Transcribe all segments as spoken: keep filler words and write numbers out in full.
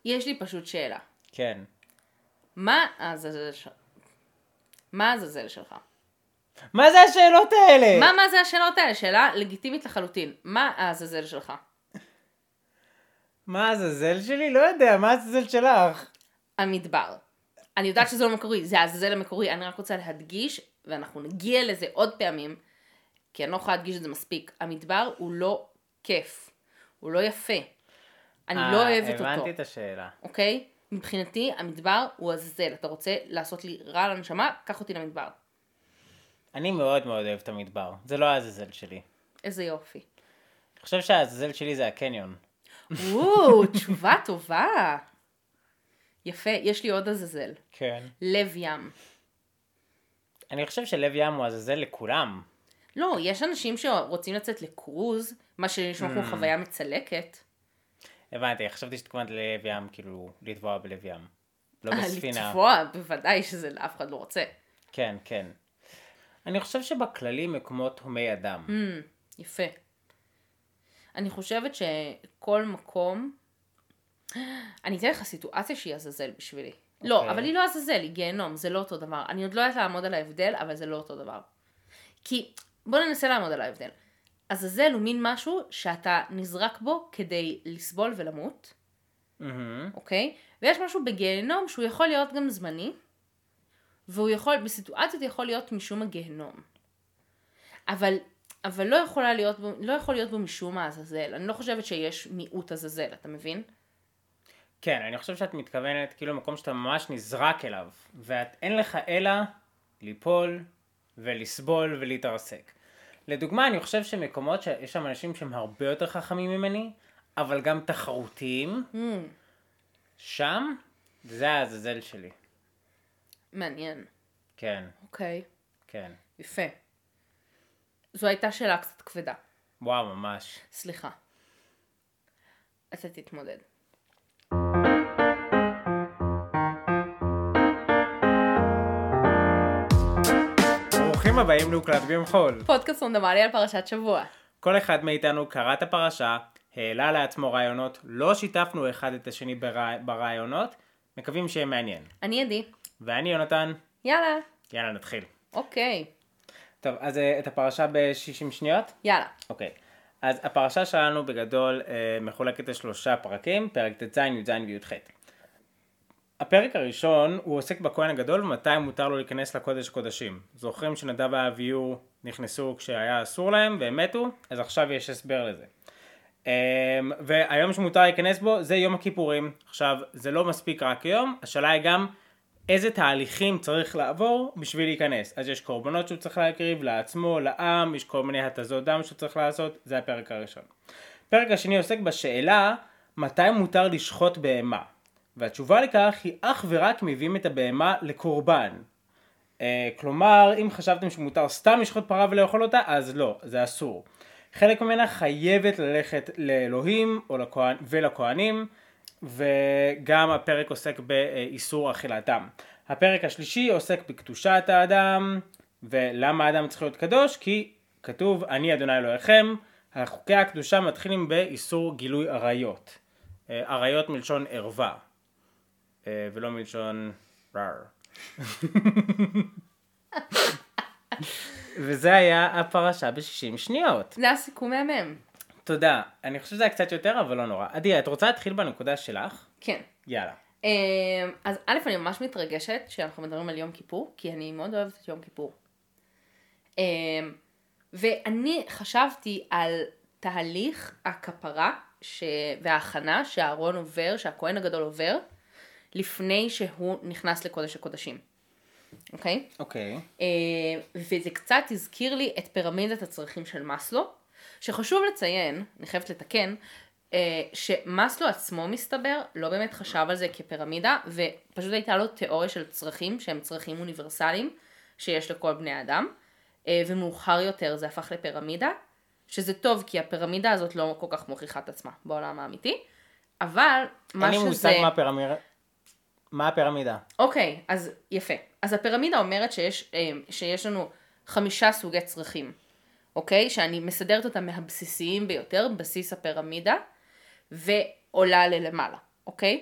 יש לי פשוט שאלה. כן. מה הזזל שלך? מה הזזל שלך? מה זה השאלות האלה? מה, מה זה השאלות האלה? שאלה לגיטימית לחלוטין. מה הזזל שלך? מה הזזל שלי? לא יודע, מה הזזל שלך? המדבר. אני יודעת שזה לא מקורי, זה הזזל המקורי, אני רק רוצה להדגיש, ואנחנו נגיע לזה עוד פעמים, כי אני לא יכולה להדגיש את זה מספיק. המדבר הוא לא כיף, הוא לא יפה. אני 아, לא אוהבת אותו. הבנתי את השאלה. אוקיי? מבחינתי, המדבר הוא הזזל. אתה רוצה לעשות לי רע לנשמה? קח אותי למדבר. אני מאוד מאוד אוהב את המדבר. זה לא הזזל שלי. איזה יופי. אני חושב שהזזל שלי זה הקניון. וואו, תשובה טובה. יפה, יש לי עוד הזזל. כן. לב ים. אני חושב שלב ים הוא הזזל לכולם. לא, יש אנשים שרוצים לצאת לקרוז, מה שנשמע כמו Mm. חוויה מצלקת. הבנתי, חשבתי שתכוונת ללב ים, כאילו, לטבוע בלב ים. לא אה, בספינה. לטבוע, בוודאי שזה אף אחד לא רוצה. כן, כן. אני חושב שבכללי מקומות הומי אדם. Mm, יפה. אני חושבת שכל מקום... אני אתן לך סיטואציה שהיא הזזל בשבילי. לא, אוקיי. אבל היא לא הזזל, היא גיהנום, זה לא אותו דבר. אני עוד לא יודעת לעמוד על ההבדל, אבל זה לא אותו דבר. כי, בוא ננסה לעמוד על ההבדל. הזזל הוא מין משהו שאתה נזרק בו כדי לסבול ולמות, מהמם. אוקיי? ויש משהו בגיהנום שהוא יכול להיות גם זמני, והוא יכול, בסיטואציות יכול להיות משום הגיהנום. אבל, אבל לא יכולה להיות, בו- לא יכול להיות בו משום העזאזל. אני לא חושבת שיש מיעוט עזאזל, אתה מבין? כן, אני חושב שאת מתכוונת כאילו מקום שאתה ממש נזרק אליו, ואין לך אלא ליפול ולסבול ולהתרסק. לדוגמה, אני חושב שמקומות שיש שם אנשים שהם הרבה יותר חכמים ממני, אבל גם תחרותיים, Hmm, שם זה העזאזל שלי. מעניין. כן, אוקיי, כן. יפה. זו הייתה שאלה קצת כבדה. וואו, ממש. סליחה. אתה תתמודד. ברוכים הבאים להוקלט במחול. פודקאסט רנדומלי על פרשת שבוע. כל אחד מאיתנו קרא את הפרשה, העלה לעצמו רעיונות, לא שיתפנו אחד את השני ברע... ברעיונות, מקווים שיהיה מעניין. אני עדי. ואני יונתן, יאללה. יאללה נתחיל. אוקיי. טוב, אז אה, את הפרשה ב-שישים שניות? יאללה. אוקיי. אז הפרשה שלנו בגדול אה, מחולקת לשלושה פרקים, פרק ט"ז, י"ז וי"ח. הפרק הראשון הוא עוסק בכהן הגדול ומתי מותר לו להיכנס לקודש קודשים. זוכרים שנדב ואביהו נכנסו כשהיה אסור להם והם מתו? אז עכשיו יש הסבר לזה. Um, והיום שמותר להיכנס בו זה יום הכיפורים. עכשיו זה לא מספיק רק יום, השאלה היא גם איזה תהליכים צריך לעבור בשביל להיכנס. אז יש קורבנות שהוא צריך להקריב לעצמו, לעם, יש כל מיני התזות דם שהוא צריך לעשות, זה הפרק הראשון. הפרק השני עוסק בשאלה מתי מותר לשחוט בהמה. והתשובה לכך היא אך ורק מביאים את הבהמה לקורבן. Uh, כלומר, אם חשבתם שמותר סתם לשחוט פרה ולאכול אותה, אז לא, זה אסור. חלק ממנה חייבת ללכת לאלוהים או לכהן, ולכהנים, וגם הפרק עוסק באיסור אכילתם. הפרק השלישי עוסק בקדושת האדם, ולמה האדם צריך להיות קדוש? כי כתוב, אני אדוני אלוהיכם, חוקי הקדושה מתחילים באיסור גילוי עריות. עריות מלשון ערווה, ולא מלשון רר. וזה היה הפרשה ב-שישים שניות. זה הסיכום מהמם. תודה. אני חושב שזה היה קצת יותר, אבל לא נורא. עדי, את רוצה להתחיל בנקודה שלך? כן. יאללה. אמ, אז א', אני ממש מתרגשת שאנחנו מדברים על יום כיפור, כי אני מאוד אוהבת את יום כיפור. אמ, ואני חשבתי על תהליך הכפרה ש... וההכנה שהארון עובר, שהכהן הגדול עובר, לפני שהוא נכנס לקודש הקודשים. אוקיי? אוקיי. אה, וזה קצת הזכיר לי את פירמידת הצרכים של מאסלו, שחשוב לציין, אני חייבת לתקן, אה, שמאסלו עצמו מסתבר, לא באמת חשב על זה כפירמידה, ופשוט הייתה לו תיאוריה של צרכים שהם צרכים אוניברסליים שיש לכל בני אדם, אה, ומאוחר יותר זה הפך לפירמידה, שזה טוב כי הפירמידה הזאת לא כל כך מוכיחה את עצמה בעולם האמיתי, אבל מה שזה... אין לי מושג מה הפירמידה. מה הפירמידה? אוקיי, אז יפה. אז הפירמידה אומרת שיש, שיש לנו חמישה סוגי צרכים, אוקיי? שאני מסדרת אותם מהבסיסיים ביותר, בסיס הפירמידה, ועולה ללמעלה, אוקיי?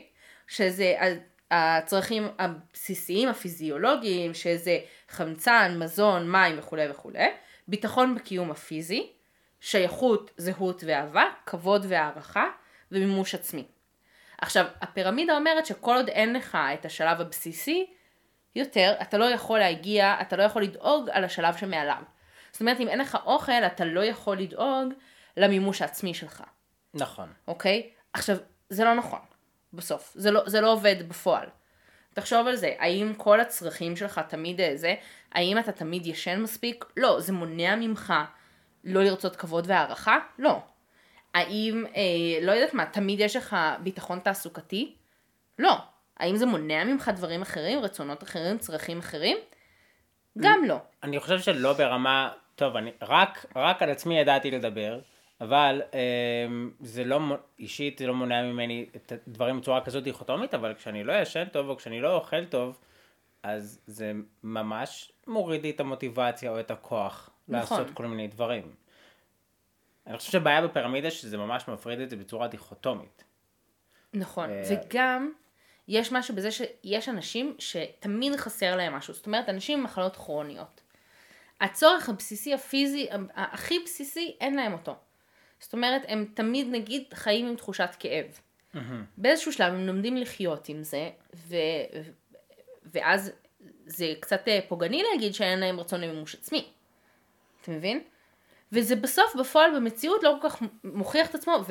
שזה הצרכים הבסיסיים, הפיזיולוגיים, שזה חמצן, מזון, מים וכו' וכו', ביטחון בקיום הפיזי, שייכות, זהות ואהבה, כבוד והערכה ומימוש עצמי. עכשיו, הפירמידה אומרת שכל עוד אין לך את השלב הבסיסי יותר, אתה לא יכול להגיע, אתה לא יכול לדאוג על השלב שמעליו. זאת אומרת, אם אין לך אוכל, אתה לא יכול לדאוג למימוש העצמי שלך. נכון. אוקיי? עכשיו, זה לא נכון, בסוף. זה לא, זה לא עובד בפועל. תחשוב על זה, האם כל הצרכים שלך תמיד זה, האם אתה תמיד ישן מספיק? לא, זה מונע ממך לא לרצות כבוד והערכה? לא. האם, אה, לא יודעת מה, תמיד יש לך ביטחון תעסוקתי? לא. האם זה מונע ממך דברים אחרים, רצונות אחרים, צרכים אחרים? גם לא. אני חושב שלא ברמה, טוב, אני רק, רק על עצמי ידעתי לדבר, אבל אה, זה לא, אישית זה לא מונע ממני את הדברים בצורה כזאת דיכוטומית, אבל כשאני לא ישן טוב או כשאני לא אוכל טוב, אז זה ממש מוריד לי את המוטיבציה או את הכוח נכון. לעשות כל מיני דברים. אני חושב שבעיה בפירמידה שזה ממש מפריד את זה בצורה דיכוטומית. נכון, וגם יש משהו בזה שיש אנשים שתמיד חסר להם משהו, זאת אומרת אנשים עם מחלות כרוניות. הצורך הבסיסי הפיזי, הכי בסיסי, אין להם אותו. זאת אומרת, הם תמיד נגיד חיים עם תחושת כאב. Mm-hmm. באיזשהו שלב הם לומדים לחיות עם זה, ו... ואז זה קצת פוגעני להגיד שאין להם רצון למימוש עצמי. אתה מבין? וזה בסוף בפועל במציאות לא כל כך מוכיח את עצמו,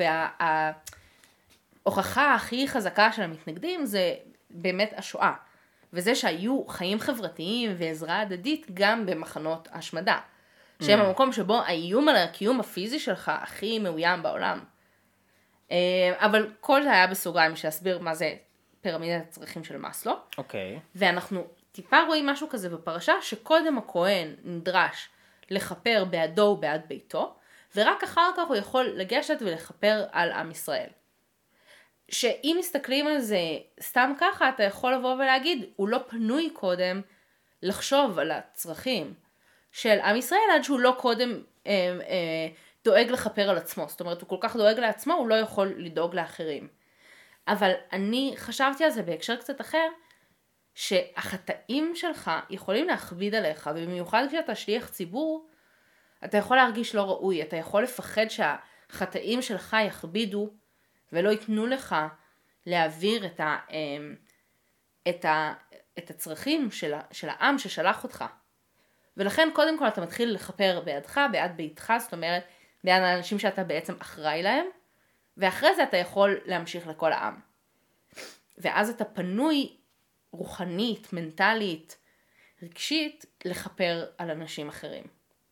וההוכחה הכי חזקה של המתנגדים זה באמת השואה. וזה שהיו חיים חברתיים ועזרה הדדית גם במחנות השמדה. שהם המקום שבו האיום על הקיום הפיזי שלך הכי מאוים בעולם. אבל כל זה היה בסוגריים שיסביר מה זה פירמידת הצרכים של מאסלו. אוקיי. ואנחנו טיפה רואים משהו כזה בפרשה, שקודם הכהן נדרש לכפר בעדו ובעד ביתו, ורק אחר כך הוא יכול לגשת ולכפר על עם ישראל. שאם מסתכלים על זה סתם ככה, אתה יכול לבוא ולהגיד, הוא לא פנוי קודם לחשוב על הצרכים של עם ישראל, עד שהוא לא קודם אה, אה, דואג לכפר על עצמו. זאת אומרת, הוא כל כך דואג לעצמו, הוא לא יכול לדאוג לאחרים. אבל אני חשבתי על זה בהקשר קצת אחר, שהחטאים שלך יכולים להכביד עליך, ובמיוחד כשאתה שליח ציבור, אתה יכול להרגיש לא ראוי, אתה יכול לפחד שהחטאים שלך יכבידו, ולא ייתנו לך להעביר את, ה, את, ה, את הצרכים של, של העם ששלח אותך. ולכן קודם כל אתה מתחיל לכפר בעדך, בעד ביתך, זאת אומרת, בעד האנשים שאתה בעצם אחראי להם, ואחרי זה אתה יכול להמשיך לכל העם. ואז אתה פנוי רוחנית, מנטלית, רגשית, לכפר על אנשים אחרים.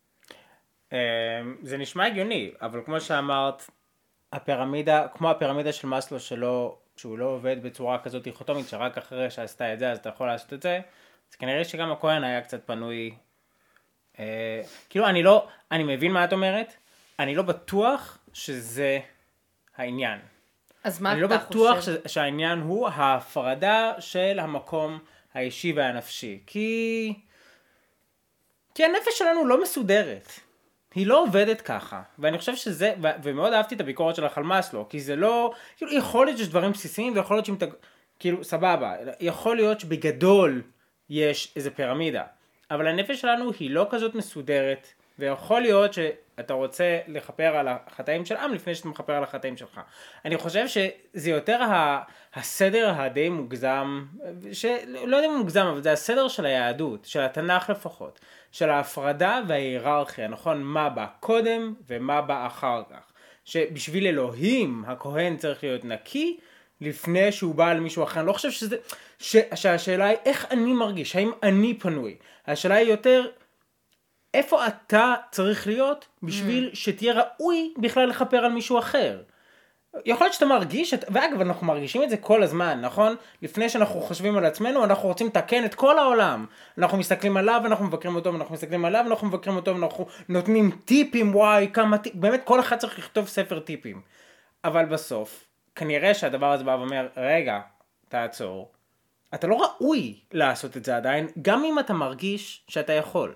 זה נשמע הגיוני, אבל כמו שאמרת, הפירמידה, כמו הפירמידה של מאסלו שלו, שהוא לא עובד בצורה כזאת דיכוטומית, שרק אחרי שעשתה את זה, אז אתה יכול לעשות את זה, אז כנראה שגם הכהן היה קצת פנוי. אה, כאילו, אני לא, אני מבין מה את אומרת, אני לא בטוח שזה העניין. אז מה אני לא אתה בטוח חושב? ש, שהעניין הוא ההפרדה של המקום האישי והנפשי, כי, כי הנפש שלנו לא מסודרת. היא לא עובדת ככה, ואני חושב שזה, ו- ומאוד אהבתי את הביקורת שלך על מאסלו, כי זה לא, כאילו, יכול להיות שיש דברים בסיסיים, ויכול להיות שאם אתה, כאילו, סבבה, יכול להיות שבגדול יש איזה פירמידה, אבל הנפש שלנו היא לא כזאת מסודרת, ויכול להיות שאתה רוצה לכפר על החטאים של עם, לפני שאתה מכפר על החטאים שלך. אני חושב שזה יותר ה- הסדר הדי מוגזם, שלא יודע אם מוגזם, אבל זה הסדר של היהדות, של התנ"ך לפחות. של ההפרדה וההיררכיה, נכון? מה בא קודם ומה בא אחר כך. שבשביל אלוהים הכהן צריך להיות נקי לפני שהוא בא למישהו אחר. אני לא חושב שזה, ש, שהשאלה היא איך אני מרגיש, האם אני פנוי. השאלה היא יותר, איפה אתה צריך להיות בשביל mm. שתהיה ראוי בכלל לכפר על מישהו אחר. יכול להיות שאתה מרגיש, ואגב אנחנו מרגישים את זה כל הזמן, נכון? לפני שאנחנו חושבים על עצמנו, אנחנו רוצים לתקן את כל העולם. אנחנו מסתכלים עליו, אנחנו מבקרים אותו, אנחנו מסתכלים עליו, אנחנו מבקרים אותו, אנחנו נותנים טיפים, וואי, כמה טיפים, באמת כל אחד צריך לכתוב ספר טיפים. אבל בסוף, כנראה שהדבר הזה בא ואומר, רגע, תעצור, אתה לא ראוי לעשות את זה עדיין, גם אם אתה מרגיש שאתה יכול.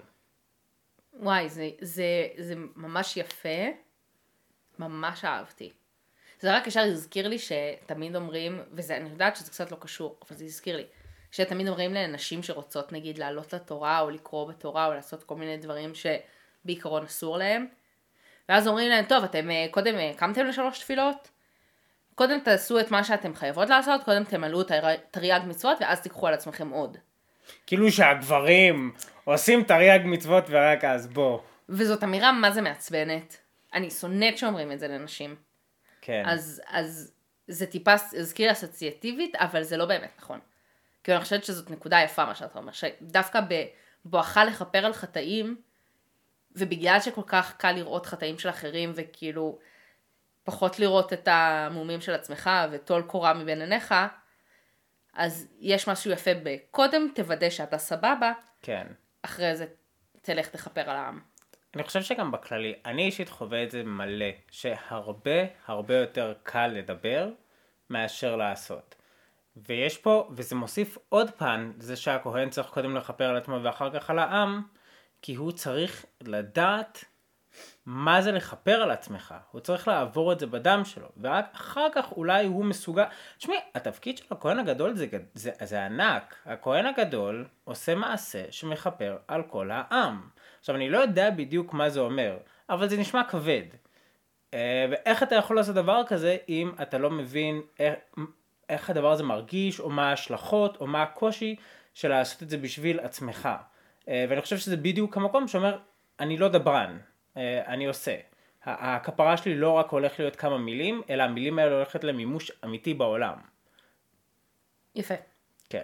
וואי, זה, זה, זה ממש יפה, ממש אהבתי. זה רק ישר הזכיר לי שתמיד אומרים, וזה, אני יודעת שזה קצת לא קשור, אבל זה הזכיר לי, שתמיד אומרים לנשים שרוצות נגיד לעלות לתורה, או לקרוא בתורה, או לעשות כל מיני דברים שבעיקרון אסור להם. ואז אומרים להם, טוב, אתם קודם קמתם לשלוש תפילות, קודם תעשו את מה שאתם חייבות לעשות, קודם תמלאו את תרי"ג מצוות, ואז תיקחו על עצמכם עוד. כאילו שהגברים עושים תרי"ג מצוות ורק אז בוא. וזאת אמירה מה זה מעצבנת. אני שונאת שאומרים את זה לנשים. כן. אז, אז זה טיפה הזכיר אסוציאטיבית, אבל זה לא באמת נכון. כי אני חושבת שזאת נקודה יפה מה שאתה אומר, שדווקא בבואכה לכפר על חטאים, ובגלל שכל כך קל לראות חטאים של אחרים, וכאילו פחות לראות את המומים של עצמך, וטול קורה מבין עיניך, אז יש משהו יפה בקודם תוודא שאתה סבבה, כן. אחרי זה תלך תכפר על העם. אני חושב שגם בכללי, אני אישית חווה את זה מלא, שהרבה הרבה יותר קל לדבר מאשר לעשות. ויש פה, וזה מוסיף עוד פן, זה שהכהן צריך קודם לכפר על עצמו ואחר כך על העם, כי הוא צריך לדעת מה זה לכפר על עצמך. הוא צריך לעבור את זה בדם שלו, ורק אחר כך אולי הוא מסוגל. תשמעי, התפקיד של הכהן הגדול זה, זה, זה ענק. הכהן הגדול עושה מעשה שמכפר על כל העם. עכשיו, אני לא יודע בדיוק מה זה אומר, אבל זה נשמע כבד. ואיך אתה יכול לעשות דבר כזה אם אתה לא מבין איך, איך הדבר הזה מרגיש, או מה ההשלכות, או מה הקושי של לעשות את זה בשביל עצמך. ואני חושב שזה בדיוק המקום שאומר, אני לא דברן, אני עושה. הכפרה שלי לא רק הולך להיות כמה מילים, אלא המילים האלה הולכת למימוש אמיתי בעולם. יפה. כן.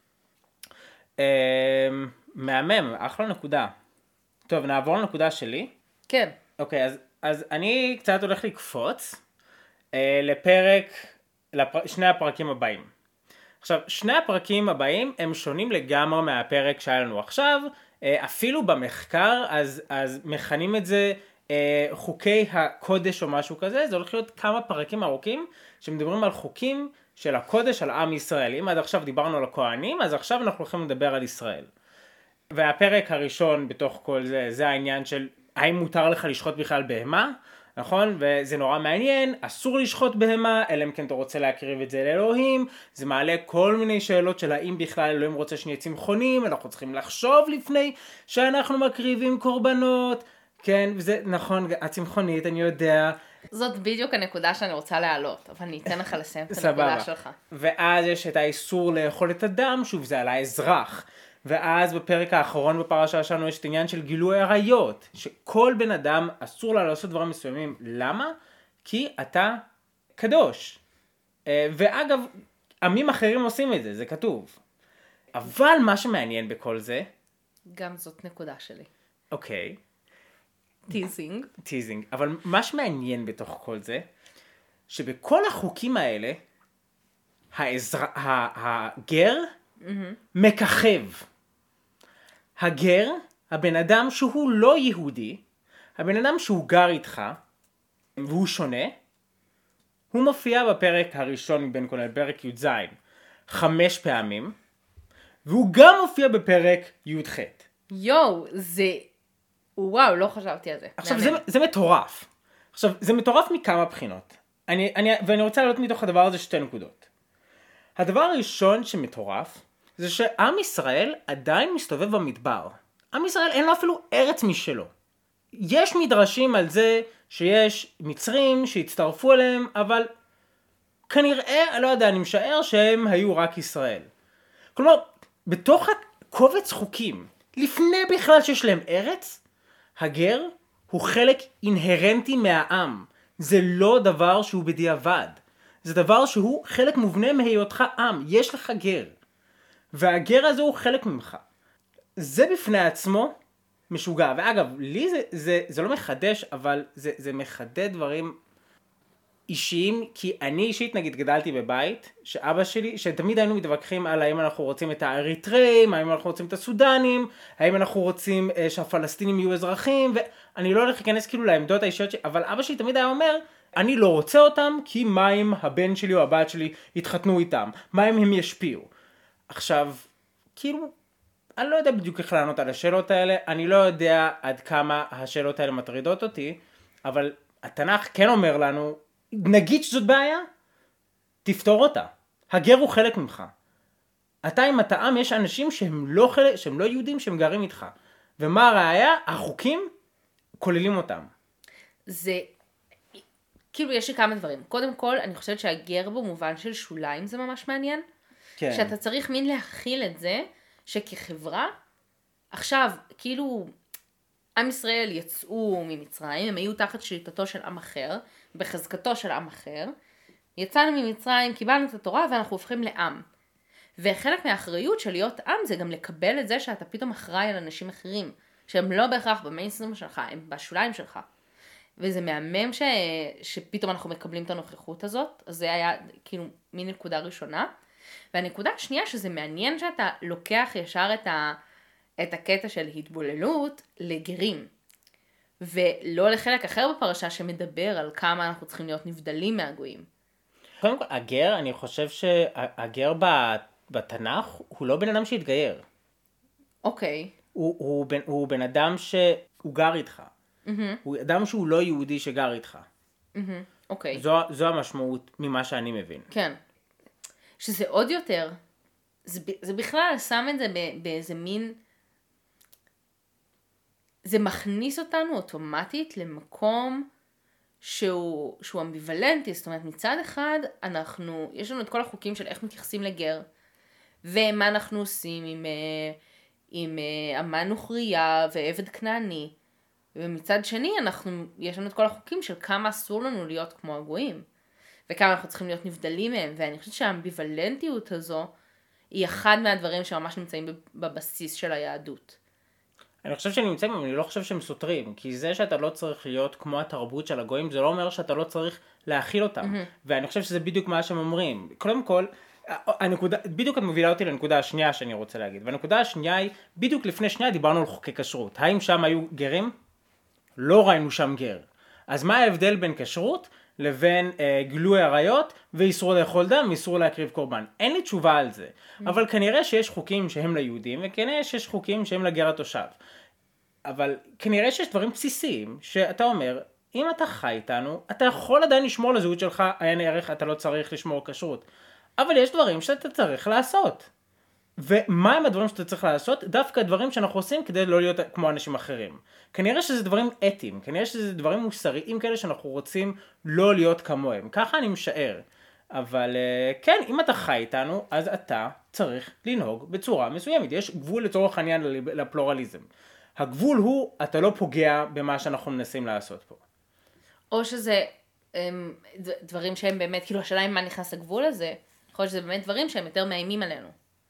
מהמם, אחלה נקודה. טוב, נעבור לנקודה שלי. כן. אוקיי, אז, אז אני קצת הולך לקפוץ אה, לפרק, לפר, שני הפרקים הבאים. עכשיו, שני הפרקים הבאים הם שונים לגמרי מהפרק שהיה לנו עכשיו, אה, אפילו במחקר, אז, אז מכנים את זה אה, חוקי הקודש או משהו כזה, זה הולך להיות כמה פרקים ארוכים שמדברים על חוקים של הקודש על עם ישראל. אם עד עכשיו דיברנו על הכהנים, אז עכשיו אנחנו הולכים לדבר על ישראל. והפרק הראשון בתוך כל זה, זה העניין של האם מותר לך לשחוט בכלל בהמה, נכון? וזה נורא מעניין, אסור לשחוט בהמה, אלא אם כן אתה רוצה להקריב את זה לאלוהים, זה מעלה כל מיני שאלות של האם בכלל אלוהים רוצה שנהיה צמחונים, אנחנו צריכים לחשוב לפני שאנחנו מקריבים קורבנות, כן, וזה נכון, הצמחונית, אני יודע. זאת בדיוק הנקודה שאני רוצה להעלות, אבל אני אתן לך לסיים את הנקודה שלך. ואז יש את האיסור לאכול את הדם, שוב זה על האזרח. ואז בפרק האחרון בפרשה שלנו יש את עניין של גילוי עריות, שכל בן אדם אסור לה לעשות דברים מסוימים. למה? כי אתה קדוש. ואגב, עמים אחרים עושים את זה, זה כתוב. אבל מה שמעניין בכל זה... גם זאת נקודה שלי. אוקיי. טיזינג. טיזינג. אבל מה שמעניין בתוך כל זה, שבכל החוקים האלה, האזר... הגר מככב. הגר, הבן אדם שהוא לא יהודי, הבן אדם שהוא גר איתך, והוא שונה, הוא מופיע בפרק הראשון מבין כל הפרק י' ז' חמש פעמים, והוא גם מופיע בפרק י' ח'. יואו, זה... וואו, לא חשבתי על זה. עכשיו, זה, זה מטורף. עכשיו, זה מטורף מכמה בחינות. אני, אני, ואני רוצה להעלות מתוך הדבר הזה שתי נקודות. הדבר הראשון שמטורף, זה שעם ישראל עדיין מסתובב במדבר. עם ישראל אין לו אפילו ארץ משלו. יש מדרשים על זה שיש מצרים שהצטרפו אליהם, אבל כנראה, לא יודע, אני משער שהם היו רק ישראל. כלומר, בתוך הקובץ חוקים, לפני בכלל שיש להם ארץ, הגר הוא חלק אינהרנטי מהעם. זה לא דבר שהוא בדיעבד. זה דבר שהוא חלק מובנה מהיותך עם. יש לך גר. והגר הזה הוא חלק ממך. זה בפני עצמו משוגע. ואגב, לי זה, זה, זה לא מחדש, אבל זה, זה מחדד דברים אישיים, כי אני אישית נגיד גדלתי בבית, שאבא שלי, שתמיד היינו מתווכחים על האם אנחנו רוצים את האריתראים, האם אנחנו רוצים את הסודנים, האם אנחנו רוצים uh, שהפלסטינים יהיו אזרחים, ואני לא הולך להיכנס כאילו לעמדות האישיות, ש... אבל אבא שלי תמיד היה אומר, אני לא רוצה אותם, כי מה אם הבן שלי או הבת שלי יתחתנו איתם? מה אם הם ישפיעו? עכשיו, כאילו, אני לא יודע בדיוק איך לענות על השאלות האלה, אני לא יודע עד כמה השאלות האלה מטרידות אותי, אבל התנ"ך כן אומר לנו נגיד שזאת בעיה, תפתור אותה. הגר הוא חלק ממך. אתה עם הטעם, יש אנשים שהם לא חלק, שהם לא יהודים, שהם גרים איתך. ומה הראיה? החוקים כוללים אותם. זה, כאילו יש לי כמה דברים. קודם כל, אני חושבת שהגר במובן של שוליים זה ממש מעניין. כן. שאתה צריך מין להכיל את זה, שכחברה, עכשיו, כאילו, עם ישראל יצאו ממצרים, הם היו תחת שליטתו של עם אחר, בחזקתו של עם אחר, יצאנו ממצרים, קיבלנו את התורה ואנחנו הופכים לעם. וחלק מהאחריות של להיות עם זה גם לקבל את זה שאתה פתאום אחראי על אנשים אחרים, שהם לא בהכרח במיינסטרים שלך, הם בשוליים שלך. וזה מהמם ש... שפתאום אנחנו מקבלים את הנוכחות הזאת, אז זה היה כאילו מין נקודה ראשונה. והנקודה השנייה שזה מעניין שאתה לוקח ישר את, ה... את הקטע של התבוללות לגרים. ולא לחלק אחר בפרשה שמדבר על כמה אנחנו צריכים להיות נבדלים מהגויים. קודם כל, הגר, אני חושב שהגר בתנ"ך הוא לא בן אדם שהתגייר. אוקיי. הוא, הוא, בן, הוא בן אדם שהוא גר איתך. Mm-hmm. הוא אדם שהוא לא יהודי שגר איתך. Mm-hmm. אוקיי. זו, זו המשמעות ממה שאני מבין. כן. שזה עוד יותר, זה, זה בכלל שם את זה באיזה מין, זה מכניס אותנו אוטומטית למקום שהוא, שהוא אמביוולנטי, זאת אומרת מצד אחד אנחנו, יש לנו את כל החוקים של איך מתייחסים לגר, ומה אנחנו עושים עם, עם אמן נוכריה ועבד כנעני, ומצד שני אנחנו, יש לנו את כל החוקים של כמה אסור לנו להיות כמו הגויים, וכמה אנחנו צריכים להיות נבדלים מהם, ואני חושבת שהאמביוולנטיות הזו היא אחד מהדברים שממש נמצאים בבסיס של היהדות. אני חושב שהם נמצאים, אבל אני לא חושב שהם סותרים, כי זה שאתה לא צריך להיות כמו התרבות של הגויים, זה לא אומר שאתה לא צריך להכיל אותם, mm-hmm. ואני חושב שזה בדיוק מה שהם אומרים. קודם כל, הנקודה, בדיוק את מובילה אותי לנקודה השנייה שאני רוצה להגיד, והנקודה השנייה היא, בדיוק לפני שנייה דיברנו על חוקי כשרות. האם שם היו גרים? לא ראינו שם גר. אז מה ההבדל בין כשרות לבין אה, גילוי עריות ואיסור לאכול דם ואיסור להקריב קורבן? אין לי תשובה על זה. Mm-hmm. אבל כנראה שיש חוקים שהם ליהודים וכנראה שיש חוקים שהם לגר התושב. אבל כנראה שיש דברים בסיסיים שאתה אומר, אם אתה חי איתנו, אתה יכול עדיין לשמור לזהות שלך, אין ערך, אתה לא צריך לשמור כשרות. אבל יש דברים שאתה צריך לעשות. ומה הם הדברים שאתה צריך לעשות? דווקא הדברים שאנחנו עושים כדי לא להיות כמו אנשים אחרים. כנראה שזה דברים אתיים, כנראה שזה דברים מוסריים כאלה שאנחנו רוצים לא להיות כמוהם. ככה אני משער. אבל כן, אם אתה חי איתנו, אז אתה צריך לנהוג בצורה מסוימת. יש גבול לצורך העניין לפלורליזם. הגבול הוא, אתה לא פוגע במה שאנחנו מנסים לעשות פה. או שזה דברים שהם באמת, כאילו השאלה אם מה נכנס לגבול הזה, יכול להיות שזה באמת דברים שהם יותר מאיימים עלינו.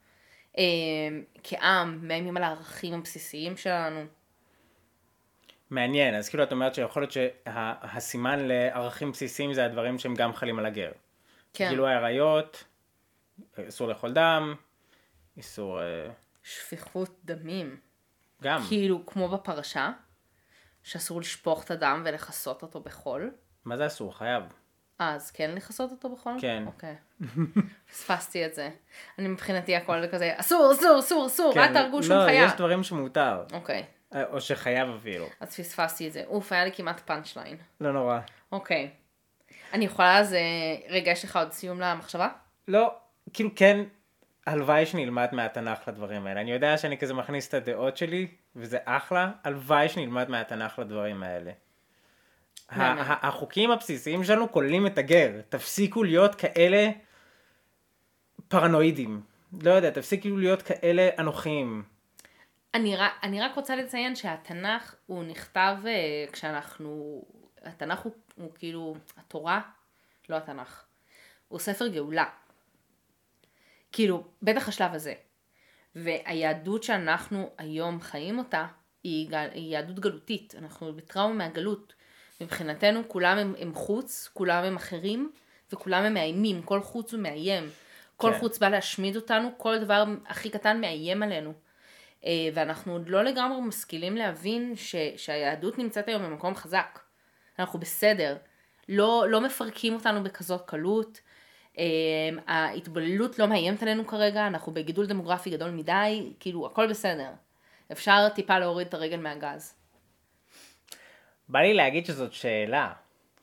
כעם, מאיימים על הערכים הבסיסיים שלנו. מעניין, אז כאילו את אומרת שיכול להיות שהסימן לערכים בסיסיים זה הדברים שהם גם חלים על הגר. כן. גילוי עריות, איסור לאכול דם, איסור... שפיכות דמים. גם. כאילו, כמו בפרשה, שאסור לשפוך את הדם ולחסות אותו בחול. מה זה אסור? חייב. אה, אז כן לחסות אותו בחול? כן. אוקיי. פספסתי את זה. אני מבחינתי הכל כזה, אסור, אסור, אסור, אסור, כן. אל תהרגו שום לא, חיה. יש דברים שמותר. אוקיי. או שחייב אפילו. אז פספסתי את זה. אוף, היה לי כמעט פאנץ' ליין. לא נורא. אוקיי. אני יכולה אז, רגע, יש לך עוד סיום למחשבה? לא, כאילו כן, הלוואי שנלמד מהתנ"ך לדברים האלה. אני יודע שאני כזה מכניס את הדעות שלי, וזה אחלה, הלוואי שנלמד מהתנ"ך לדברים האלה. החוקים הבסיסיים שלנו כוללים את הגר. תפסיקו להיות כאלה פרנואידים. לא יודע, תפסיקו להיות כאלה אנוכיים. אני רק, אני רק רוצה לציין שהתנ"ך הוא נכתב כשאנחנו, התנ"ך הוא, הוא כאילו, התורה, לא התנ"ך, הוא ספר גאולה. כאילו, בטח השלב הזה. והיהדות שאנחנו היום חיים אותה, היא, היא יהדות גלותית. אנחנו בטראומה מהגלות. מבחינתנו כולם הם, הם חוץ, כולם הם אחרים, וכולם הם מאיימים. כל חוץ הוא מאיים. כל כן. חוץ בא להשמיד אותנו, כל דבר הכי קטן מאיים עלינו. ואנחנו עוד לא לגמרי משכילים להבין ש, שהיהדות נמצאת היום במקום חזק. אנחנו בסדר. לא, לא מפרקים אותנו בכזאת קלות. ההתבוללות לא מאיימת עלינו כרגע, אנחנו בגידול דמוגרפי גדול מדי, כאילו הכל בסדר. אפשר טיפה להוריד את הרגל מהגז. בא לי להגיד שזאת שאלה,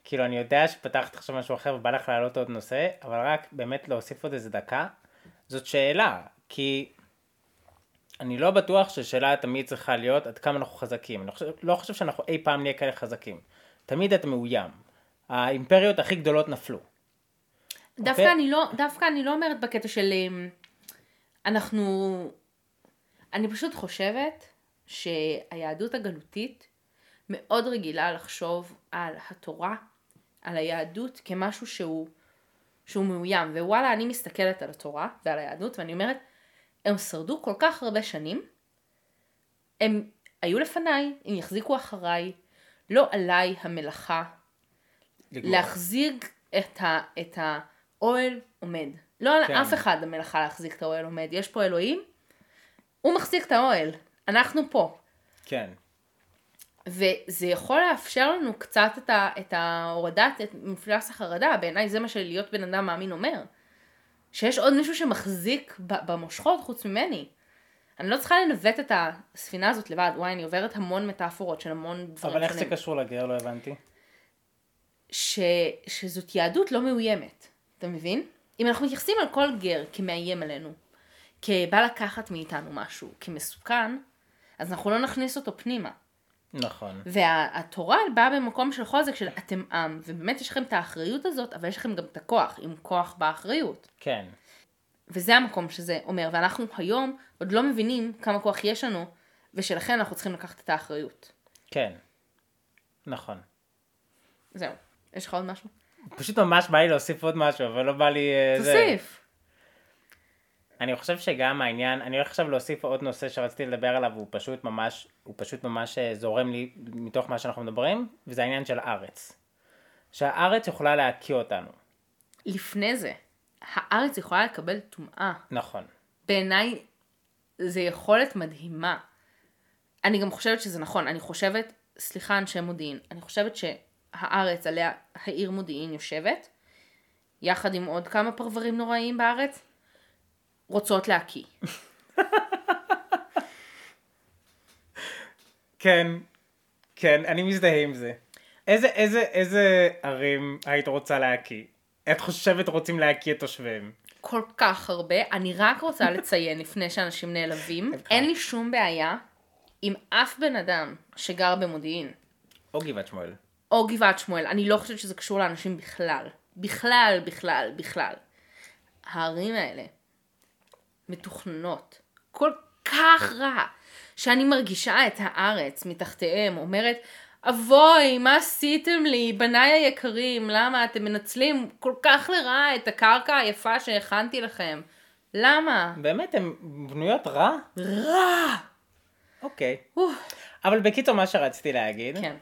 כאילו אני יודע שפתחת עכשיו משהו אחר ובא לך להעלות עוד נושא, אבל רק באמת להוסיף עוד איזה דקה, זאת שאלה, כי אני לא בטוח ששאלה תמיד צריכה להיות עד כמה אנחנו חזקים. אני חושב, לא חושב שאנחנו אי פעם נהיה כאלה חזקים. תמיד אתה מאוים. האימפריות הכי גדולות נפלו. דווקא אוקיי? אני לא, דווקא אני לא אומרת בקטע של אנחנו, אני פשוט חושבת שהיהדות הגלותית מאוד רגילה לחשוב על התורה, על היהדות כמשהו שהוא, שהוא מאוים. ווואלה, אני מסתכלת על התורה ועל היהדות ואני אומרת, הם שרדו כל כך הרבה שנים, הם היו לפניי, הם יחזיקו אחריי, לא עליי המלאכה, לגמרי. להחזיק את, ה, את האוהל עומד. לא על כן. אף אחד המלאכה להחזיק את האוהל עומד. יש פה אלוהים, הוא מחזיק את האוהל. אנחנו פה. כן. וזה יכול לאפשר לנו קצת את, ה, את ההורדת, את מפלס החרדה. בעיניי זה מה שלהיות בן אדם מאמין אומר. שיש עוד מישהו שמחזיק במושכות חוץ ממני. אני לא צריכה לנווט את הספינה הזאת לבד. וואי, אני עוברת המון מטאפורות של המון דברים שונים. אבל איך זה קשור לגר? לא הבנתי. ש... שזאת יהדות לא מאוימת. אתה מבין? אם אנחנו מתייחסים על כל גר כמאיים עלינו, כבא לקחת מאיתנו משהו, כמסוכן, אז אנחנו לא נכניס אותו פנימה. נכון. והתורה באה במקום של חוזק של אתם עם, ובאמת יש לכם את האחריות הזאת, אבל יש לכם גם את הכוח, עם כוח באחריות. כן. וזה המקום שזה אומר, ואנחנו היום עוד לא מבינים כמה כוח יש לנו, ושלכן אנחנו צריכים לקחת את האחריות. כן. נכון. זהו. יש לך עוד משהו? פשוט ממש בא לי להוסיף עוד משהו, אבל לא בא לי... uh, זה. תוסיף. אני חושב שגם העניין, אני הולך עכשיו להוסיף עוד נושא שרציתי לדבר עליו, הוא פשוט ממש, הוא פשוט ממש זורם לי מתוך מה שאנחנו מדברים, וזה העניין של הארץ. שהארץ יכולה להקיא אותנו. לפני זה, הארץ יכולה לקבל טומאה. נכון. בעיניי זה יכולת מדהימה. אני גם חושבת שזה נכון. אני חושבת, סליחה אנשי מודיעין, אני חושבת שהארץ עליה העיר מודיעין יושבת, יחד עם עוד כמה פרברים נוראיים בארץ, רוצות להקיא. כן, כן, אני מזדהה עם זה. איזה, איזה, איזה ערים היית רוצה להקיא? את חושבת רוצים להקיא את תושביהם? כל כך הרבה. אני רק רוצה לציין לפני שאנשים נעלבים, אין לי שום בעיה עם אף בן אדם שגר במודיעין. או גבעת שמואל. או גבעת שמואל. אני לא חושבת שזה קשור לאנשים בכלל. בכלל, בכלל, בכלל. הערים האלה מתוכננות כל כך רע, שאני מרגישה את הארץ מתחתיהם, אומרת, אבוי, מה עשיתם לי, בניי היקרים, למה אתם מנצלים כל כך לרע את הקרקע היפה שהכנתי לכם? למה? באמת, הן בנויות רע? רע! אוקיי. אוף. אבל בקיצור, מה שרציתי להגיד, כן.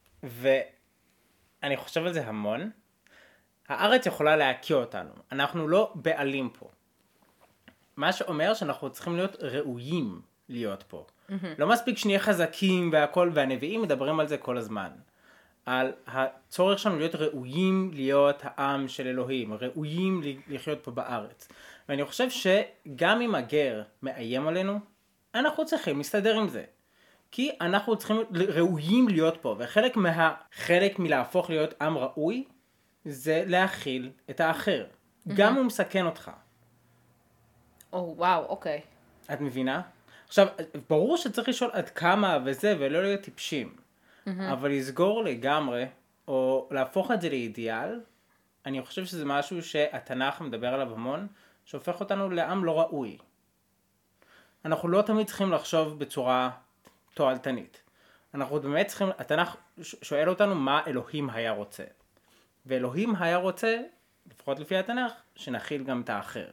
ואני חושב על זה המון, הארץ יכולה להקיא אותנו. אנחנו לא בעלים פה. מה שאומר שאנחנו צריכים להיות ראויים להיות פה. Mm-hmm. לא מספיק שנהיה חזקים והכל, והנביאים מדברים על זה כל הזמן. על הצורך שלנו להיות ראויים להיות העם של אלוהים, ראויים לחיות פה בארץ. ואני חושב שגם אם הגר מאיים עלינו, אנחנו צריכים להסתדר עם זה. כי אנחנו צריכים ראויים להיות פה, וחלק מה, חלק מלהפוך להיות עם ראוי, זה להכיל את האחר. Mm-hmm. גם הוא מסכן אותך. או, וואו, אוקיי. את מבינה? עכשיו, ברור שצריך לשאול עד כמה וזה, ולא להיות טיפשים. Mm-hmm. אבל לסגור לגמרי, או להפוך את זה לאידיאל, אני חושב שזה משהו שהתנ"ך מדבר עליו המון, שהופך אותנו לעם לא ראוי. אנחנו לא תמיד צריכים לחשוב בצורה תועלתנית. אנחנו באמת צריכים, התנ"ך שואל אותנו מה אלוהים היה רוצה. ואלוהים היה רוצה, לפחות לפי התנ"ך, שנכיל גם את האחר.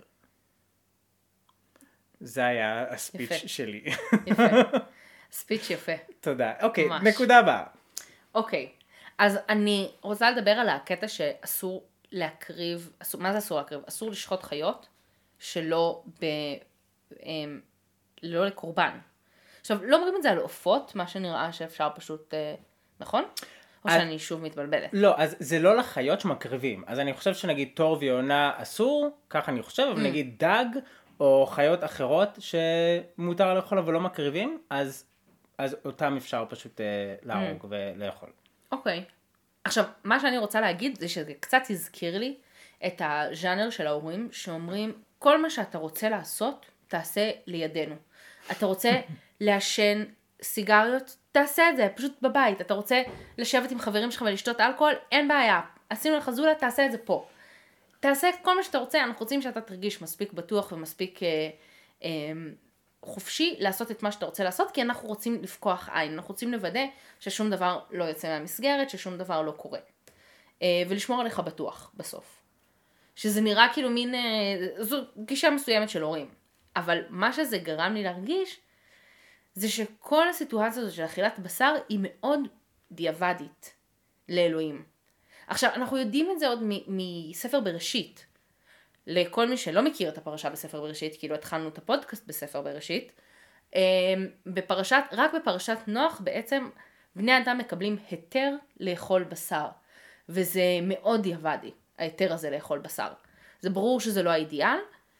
זה היה הספיץ' יפה. שלי. יפה. ספיץ' יפה. תודה. אוקיי, ממש. נקודה הבאה. אוקיי, אז אני רוצה לדבר על הקטע שאסור להקריב, אסור, מה זה אסור להקריב? אסור לשחוט חיות שלא ב... הם, לא לקורבן. עכשיו, לא אומרים את זה על עופות, מה שנראה שאפשר פשוט, אה, נכון? או אז- שאני שוב מתבלבלת. לא, אז זה לא לחיות שמקריבים. אז אני חושב שנגיד תור ויונה אסור, כך אני חושב, אבל נגיד דג או חיות אחרות שמותר לאכול אבל לא מקריבים, אז, אז אותם אפשר פשוט אה, להרוג ולאכול. אוקיי. עכשיו, מה שאני רוצה להגיד זה שזה קצת הזכיר לי את הז'אנר של ההורים שאומרים, כל מה שאתה רוצה לעשות, תעשה לידינו. אתה רוצה לעשן סיגריות, תעשה את זה, פשוט בבית. אתה רוצה לשבת עם חברים שלך ולשתות אלכוהול, אין בעיה. עשינו לך זולה, תעשה את זה פה. תעשה כל מה שאתה רוצה, אנחנו רוצים שאתה תרגיש מספיק בטוח ומספיק אה, אה, חופשי לעשות את מה שאתה רוצה לעשות, כי אנחנו רוצים לפקוח עין, אנחנו רוצים לוודא ששום דבר לא יוצא מהמסגרת, ששום דבר לא קורה. אה, ולשמור עליך בטוח בסוף. שזה נראה כאילו מין, אה, זו גישה מסוימת של הורים. אבל מה שזה גרם לי להרגיש, זה שכל הסיטואציה הזאת של אכילת בשר היא מאוד דיעבדית לאלוהים. עכשיו, אנחנו יודעים את זה עוד מ- מספר בראשית. לכל מי שלא מכיר את הפרשה בספר בראשית, כאילו התחלנו את הפודקאסט בספר בראשית, בפרשת, רק בפרשת נוח בעצם בני אדם מקבלים היתר לאכול בשר. וזה מאוד דיעבדי, ההיתר הזה לאכול בשר. זה ברור שזה לא האידיאל,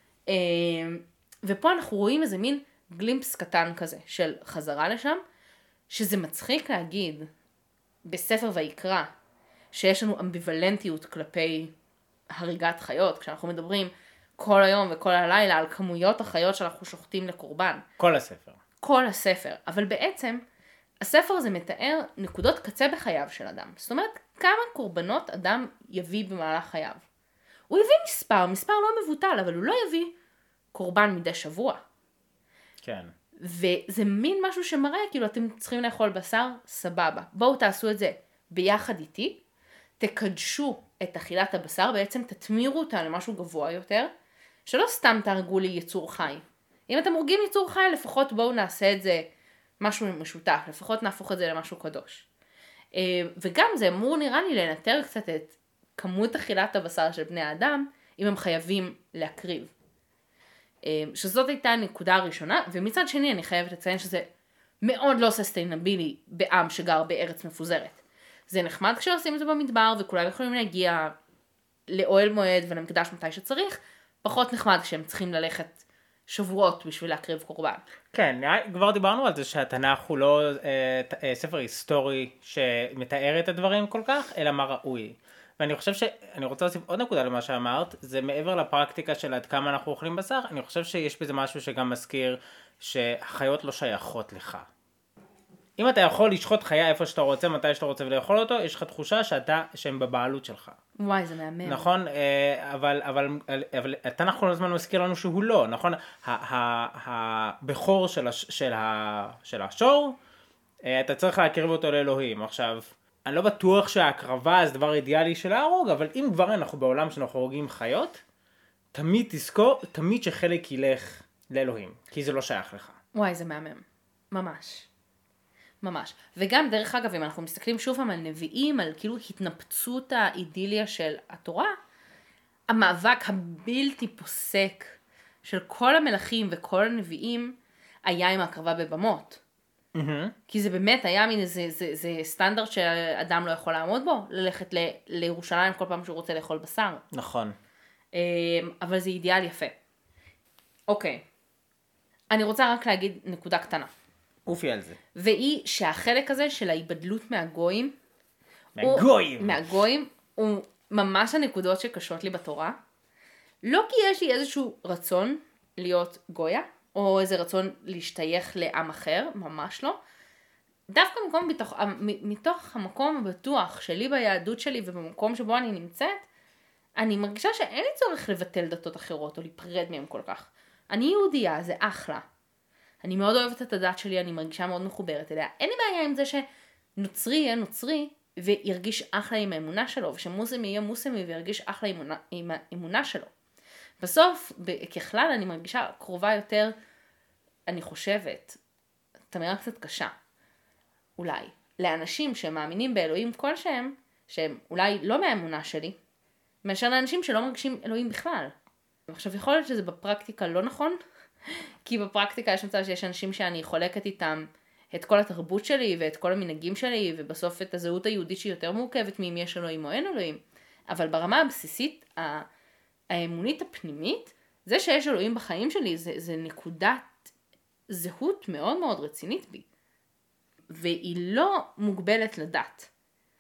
ופה אנחנו רואים איזה מין גלימפס קטן כזה של חזרה לשם, שזה מצחיק להגיד בספר ויקרא, שיש לנו אמביוולנטיות כלפי הריגת חיות, כשאנחנו מדברים כל היום וכל הלילה על כמויות החיות שאנחנו שוחטים לקורבן. כל הספר. כל הספר, אבל בעצם הספר הזה מתאר נקודות קצה בחייו של אדם. זאת אומרת, כמה קורבנות אדם יביא במהלך חייו. הוא יביא מספר, מספר לא מבוטל, אבל הוא לא יביא קורבן מדי שבוע. כן. וזה מין משהו שמראה, כאילו אתם צריכים לאכול בשר, סבבה. בואו תעשו את זה ביחד איתי, תקדשו את אכילת הבשר, בעצם תתמירו אותה למשהו גבוה יותר, שלא סתם תהרגו לי יצור חי. אם אתם הורגים יצור חי, לפחות בואו נעשה את זה משהו משותף, לפחות נהפוך את זה למשהו קדוש. וגם זה אמור נראה לי לנטר קצת את כמות אכילת הבשר של בני האדם, אם הם חייבים להקריב. שזאת הייתה הנקודה הראשונה, ומצד שני אני חייבת לציין שזה מאוד לא ססטיינבילי בעם שגר בארץ מפוזרת. זה נחמד כשעושים את זה במדבר, וכולם יכולים להגיע לאוהל מועד ולמקדש מתי שצריך, פחות נחמד כשהם צריכים ללכת שבועות בשביל להקריב קורבן. כן, כבר דיברנו על זה שהתנ"ך הוא לא אה, ספר היסטורי שמתאר את הדברים כל כך, אלא מה ראוי. ואני חושב שאני רוצה להוסיף עוד נקודה למה שאמרת, זה מעבר לפרקטיקה של עד כמה אנחנו אוכלים בשר, אני חושב שיש בזה משהו שגם מזכיר שהחיות לא שייכות לך. אם אתה יכול לשחוט חיה איפה שאתה רוצה, מתי שאתה רוצה ולאכול אותו, יש לך תחושה שאתה, שהם בבעלות שלך. וואי, זה מהמם. נכון, אבל, אבל, אבל התנ"ך כל הזמן מזכיר לנו שהוא לא, נכון? הבכור של, של, של השור, אתה צריך להקריב אותו לאלוהים. עכשיו, אני לא בטוח שההקרבה זה דבר אידיאלי של ההרוג, אבל אם כבר אנחנו בעולם שאנחנו הורגים חיות, תמיד תזכור, תמיד שחלק ילך לאלוהים, כי זה לא שייך לך. וואי, זה מהמם. ממש. ממש. וגם דרך אגב, אם אנחנו מסתכלים שוב על נביאים, על כאילו התנפצות האידיליה של התורה, המאבק הבלתי פוסק של כל המלכים וכל הנביאים היה עם ההקרבה בבמות. Mm-hmm. כי זה באמת היה מין, זה, זה, זה סטנדרט שאדם לא יכול לעמוד בו, ללכת ל, לירושלים כל פעם שהוא רוצה לאכול בשר. נכון. אבל זה אידיאל יפה. אוקיי. אני רוצה רק להגיד נקודה קטנה. אופי על זה. והיא שהחלק הזה של ההיבדלות מהגויים, מהגויים. הוא, מהגויים, הוא ממש הנקודות שקשות לי בתורה. לא כי יש לי איזשהו רצון להיות גויה, או איזה רצון להשתייך לעם אחר, ממש לא. דווקא מקום בתוך, מתוך המקום הבטוח שלי ביהדות שלי ובמקום שבו אני נמצאת, אני מרגישה שאין לי צורך לבטל דתות אחרות או להיפרד מהם כל כך. אני יהודייה, זה אחלה. אני מאוד אוהבת את הדת שלי, אני מרגישה מאוד מחוברת אליה. אין לי בעיה עם זה שנוצרי יהיה נוצרי וירגיש אחלה עם האמונה שלו, ושמוסלמי יהיה מוסלמי וירגיש אחלה עם, עם האמונה שלו. בסוף, ככלל, אני מרגישה קרובה יותר, אני חושבת, תמירה קצת קשה, אולי, לאנשים שמאמינים באלוהים כלשהם, שהם אולי לא מהאמונה שלי, מאשר לאנשים שלא מרגישים אלוהים בכלל. עכשיו, יכול להיות שזה בפרקטיקה לא נכון, כי בפרקטיקה יש מצב שיש אנשים שאני חולקת איתם את כל התרבות שלי ואת כל המנהגים שלי, ובסוף את הזהות היהודית שהיא יותר מורכבת מאם יש אלוהים או אין אלוהים. אבל ברמה הבסיסית, האמונית הפנימית, זה שיש אלוהים בחיים שלי, זה, זה נקודת זהות מאוד מאוד רצינית בי. והיא לא מוגבלת לדת.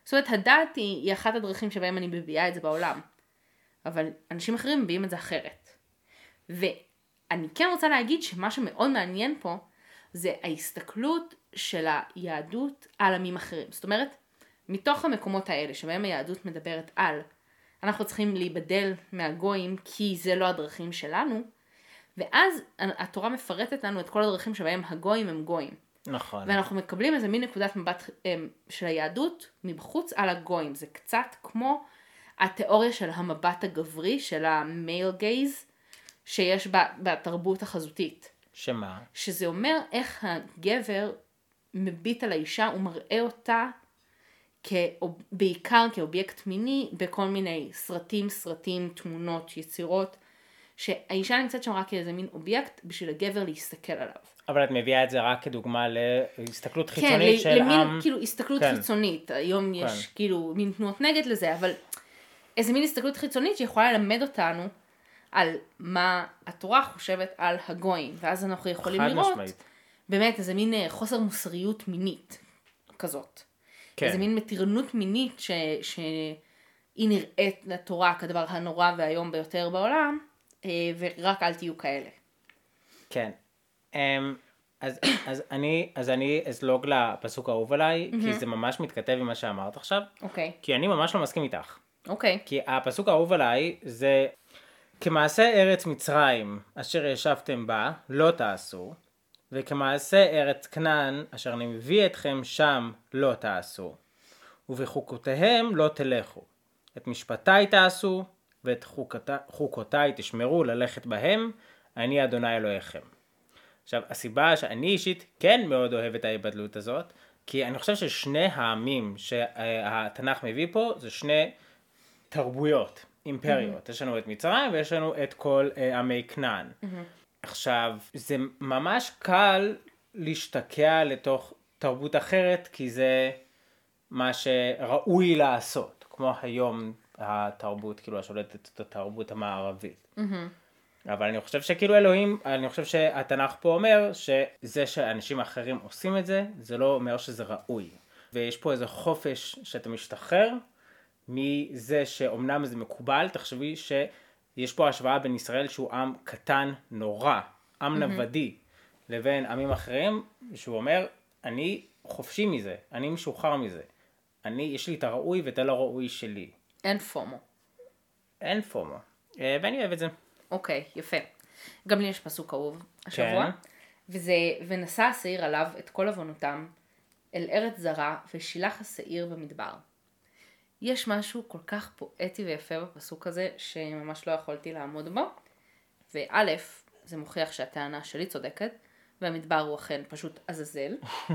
זאת אומרת, הדת היא, היא אחת הדרכים שבהם אני מביאה את זה בעולם. אבל אנשים אחרים מביאים את זה אחרת. ואני כן רוצה להגיד שמה שמאוד מעניין פה, זה ההסתכלות של היהדות על עמים אחרים. זאת אומרת, מתוך המקומות האלה שבהם היהדות מדברת על, אנחנו צריכים להיבדל מהגויים כי זה לא הדרכים שלנו, ואז התורה מפרטת לנו את כל הדרכים שבהם הגויים הם גויים. נכון. ואנחנו מקבלים איזה מין נקודת מבט של היהדות מבחוץ על הגויים. זה קצת כמו התיאוריה של המבט הגברי, של המייל גייז, שיש בתרבות החזותית. שמה? שזה אומר איך הגבר מביט על האישה, הוא מראה אותה בעיקר כאובייקט מיני, בכל מיני סרטים, סרטים, תמונות, יצירות, שהאישה נמצאת שם רק כאיזה מין אובייקט בשביל הגבר להסתכל עליו. אבל את מביאה את זה רק כדוגמה להסתכלות חיצונית כן, של למין, עם... כאילו הסתכלות כן. חיצונית. היום כן. יש כאילו מין תנועות נגד לזה, אבל איזה מין הסתכלות חיצונית שיכולה ללמד אותנו על מה התורה חושבת על הגויים. ואז אנחנו יכולים לראות משמעית. באמת איזה מין חוסר מוסריות מינית כזאת. כן. איזה מין מתירנות מינית ש... שהיא נראית לתורה כדבר הנורא והיום ביותר בעולם, ורק אל תהיו כאלה. כן. אז, אז, אני, אז אני אזלוג לפסוק האהוב עליי, כי זה ממש מתכתב עם מה שאמרת עכשיו. אוקיי. כי אני ממש לא מסכים איתך. אוקיי. כי הפסוק האהוב עליי זה, כמעשה ארץ מצרים אשר ישבתם בה, לא תעשו, וכמעשה ארץ כנען אשר אני מביא אתכם שם, לא תעשו, ובחוקותיהם לא תלכו. את משפטיי תעשו, ואת חוקותי, חוקותיי תשמרו ללכת בהם, אני אדוני אלוהיכם. עכשיו, הסיבה שאני אישית כן מאוד אוהב את ההיבדלות הזאת, כי אני חושב ששני העמים שהתנ"ך מביא פה, זה שני תרבויות, אימפריות. Mm-hmm. יש לנו את מצרים ויש לנו את כל uh, עמי כנען. Mm-hmm. עכשיו, זה ממש קל להשתקע לתוך תרבות אחרת, כי זה מה שראוי לעשות, כמו היום התרבות, כאילו השולטת את התרבות המערבית. Mm-hmm. אבל אני חושב שכאילו אלוהים, אני חושב שהתנ"ך פה אומר שזה שאנשים אחרים עושים את זה, זה לא אומר שזה ראוי. ויש פה איזה חופש שאתה משתחרר מזה שאומנם זה מקובל, תחשבי שיש פה השוואה בין ישראל שהוא עם קטן נורא, עם mm-hmm. נוודי, לבין עמים אחרים, שהוא אומר, אני חופשי מזה, אני משוחרר מזה. אני, יש לי את הראוי ואת הלא ראוי שלי. אין פומו. אין פומו. ואני אוהב את זה. אוקיי, יפה. גם לי יש פסוק אהוב השבוע. כן. וזה, ונשא השעיר עליו את כל עוונותם אל ארץ זרה, ושילח השעיר במדבר. יש משהו כל כך פואטי ויפה בפסוק הזה, שממש לא יכולתי לעמוד בו. וא', זה מוכיח שהטענה שלי צודקת, והמדבר הוא אכן פשוט עזאזל.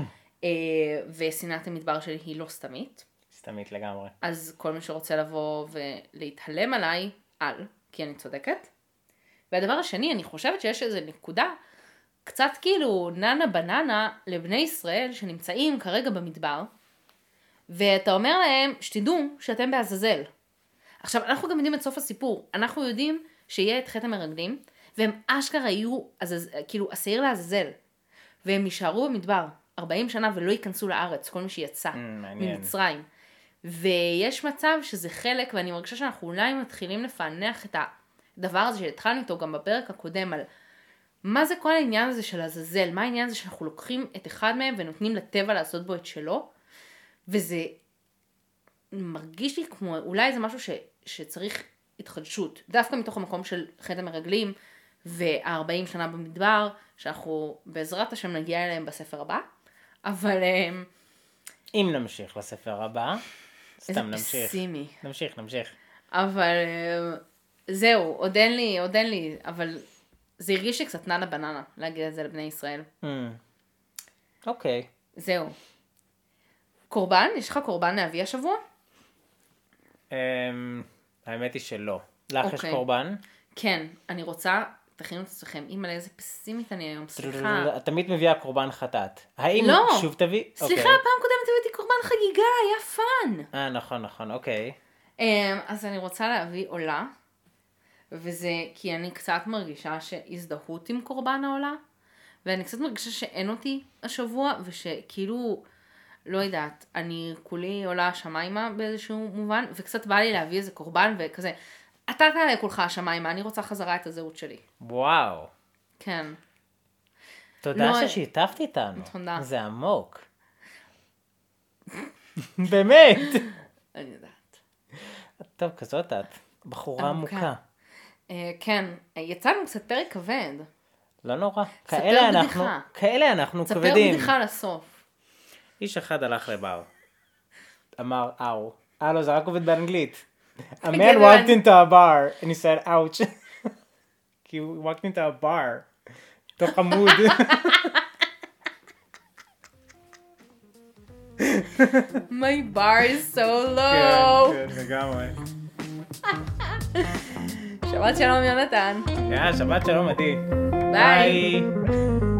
ושנאת המדבר שלי היא לא סתמית. סתמית לגמרי. אז כל מי שרוצה לבוא ולהתהלם עליי, על, כי אני צודקת. והדבר השני, אני חושבת שיש איזו נקודה, קצת כאילו ננה בננה לבני ישראל שנמצאים כרגע במדבר, ואתה אומר להם, שתדעו שאתם בעזאזל. עכשיו, אנחנו גם יודעים את סוף הסיפור. אנחנו יודעים שיהיה את חטא המרגלים, והם אשכרה היו, אז, כאילו, השעיר לעזאזל. והם נשארו במדבר ארבעים שנה ולא ייכנסו לארץ, כל מי שיצא mm, ממצרים. ויש מצב שזה חלק, ואני מרגישה שאנחנו אולי מתחילים לפענח את הדבר הזה שהתחלנו איתו גם בפרק הקודם, על מה זה כל העניין הזה של עזאזל, מה העניין הזה שאנחנו לוקחים את אחד מהם ונותנים לטבע לעשות בו את שלו, וזה מרגיש לי כמו, אולי זה משהו ש, שצריך התחדשות, דווקא מתוך המקום של חטא המרגלים, וה-ארבעים שנה במדבר, שאנחנו בעזרת השם נגיע אליהם בספר הבא, אבל אם נמשיך לספר הבא, סתם נמשיך. איזה פסימי. נמשיך, נמשיך. אבל זהו, עוד אין לי, עוד אין לי, אבל זה הרגיש לי קצת ננה בננה, להגיד את זה לבני ישראל. אוקיי. Mm. Okay. זהו. קורבן? יש לך קורבן להביא השבוע? Um, האמת היא שלא. לך okay. יש קורבן? כן, אני רוצה, תכינו את עצמכם, אימא לאיזה פסימית אני היום, סליחה. את תמיד מביאה קורבן חטאת. האם לא. שוב תביא? סליחה, פעם קודמת הבאתי קורבן חגיגה, היה פאן. אה, נכון, נכון, אוקיי. אז אני רוצה להביא עולה, וזה כי אני קצת מרגישה שהזדהות עם קורבן העולה, ואני קצת מרגישה שאין אותי השבוע, ושכאילו לא יודעת, אני כולי עולה השמיימה באיזשהו מובן, וקצת בא לי להביא איזה קורבן וכזה, אתה תעלה כולך השמיימה, אני רוצה חזרה את הזהות שלי. וואו. כן. תודה לא, ששיתפת איתנו. תודה. זה עמוק. באמת. אני יודעת. טוב, כזאת את. בחורה עמוקה. עמוקה. אה, כן, יצאנו קצת פרק כבד. לא נורא. ספר כאלה אנחנו, בדיחה. כאלה אנחנו ספר כבדים. בדיחה לסוף. איש אחד הלך לבר. אמר, אאו. אה, לא, זה רק עובד באנגלית. A man כן, walked הבנתי. into a bar and he said, ouch. כי הוא walked into a bar. תוך עמוד. My bar is so low. כן, כן, לגמרי. שבת שלום יונתן. יאללה, שבת שלום, עדי. ביי. ביי.